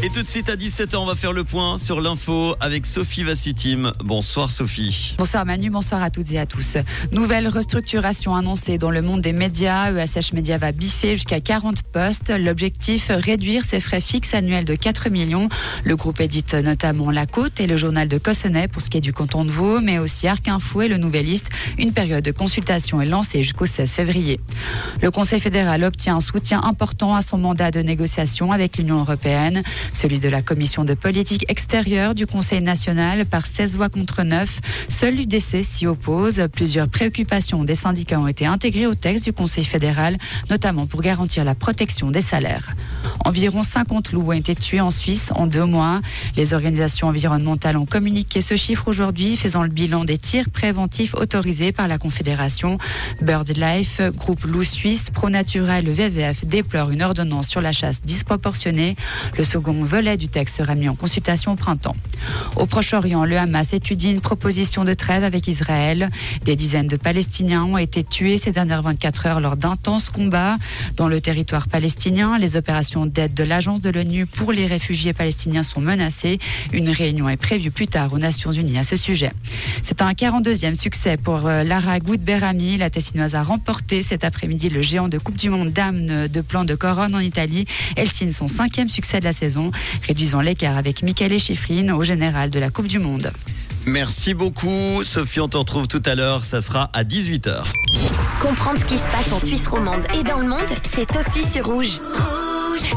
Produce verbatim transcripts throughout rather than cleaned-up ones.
Et tout de suite à dix-sept heures, on va faire le point sur l'info avec Sophie Vassitim. Bonsoir Sophie. Bonsoir Manu, bonsoir à toutes et à tous. Nouvelle restructuration annoncée dans le monde des médias. E S H Media va biffer jusqu'à quarante postes. L'objectif, réduire ses frais fixes annuels de quatre millions. Le groupe édite notamment La Côte et le journal de Cossonay pour ce qui est du canton de Vaud, mais aussi Arc Info et le Nouvelliste. Une période de consultation est lancée jusqu'au seize février. Le Conseil fédéral obtient un soutien important à son mandat de négociation avec l'Union européenne. Celui de la Commission de politique extérieure du Conseil national par seize voix contre neuf. Seul l'U D C s'y oppose. Plusieurs préoccupations des syndicats ont été intégrées au texte du Conseil fédéral, notamment pour garantir la protection des salaires. Environ cinquante loups ont été tués en Suisse en deux mois. Les organisations environnementales ont communiqué ce chiffre aujourd'hui, faisant le bilan des tirs préventifs autorisés par la Confédération. BirdLife, groupe loup suisse, ProNatura et le V V F déplorent une ordonnance sur la chasse disproportionnée. Le second volet du texte sera mis en consultation au printemps. Au Proche-Orient, le Hamas étudie une proposition de trêve avec Israël. Des dizaines de Palestiniens ont été tués ces dernières vingt-quatre heures lors d'intenses combats dans le territoire palestinien. Les opérations d'aide de l'Agence de l'ONU pour les réfugiés palestiniens sont menacées. Une réunion est prévue plus tard aux Nations Unies à ce sujet. C'est un quarante-deuxième succès pour Lara Goudberami. La Tessinoise a remporté cet après-midi le géant de Coupe du Monde dames de plan de Coronne en Italie. Elle signe son cinquième succès de la saison, réduisant l'écart avec Michele Schifrin au général de la Coupe du Monde. Merci beaucoup Sophie, on te retrouve tout à l'heure, ça sera à dix-huit heures. Comprendre ce qui se passe en Suisse romande et dans le monde, c'est aussi sur Rouge. Rouge.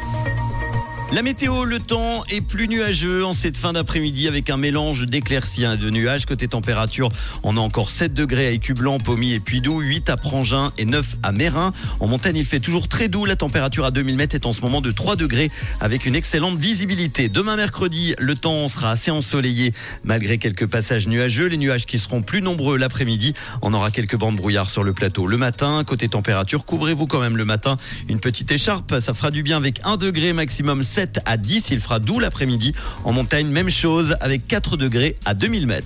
La météo, le temps est plus nuageux en cette fin d'après-midi avec un mélange d'éclaircies et de nuages. Côté température, on a encore sept degrés à Écublanc, Pommiers et Puy-Doux, huit à Prangin et neuf à Mérin. En montagne, il fait toujours très doux. La température à deux mille mètres est en ce moment de trois degrés avec une excellente visibilité. Demain mercredi, le temps sera assez ensoleillé malgré quelques passages nuageux. Les nuages qui seront plus nombreux l'après-midi. On aura quelques bancs de brouillard sur le plateau. Le matin, côté température, couvrez-vous quand même le matin. Une petite écharpe, ça fera du bien avec un degré maximum sept à dix. Il fera doux l'après-midi. En montagne, même chose avec quatre degrés à deux mille mètres.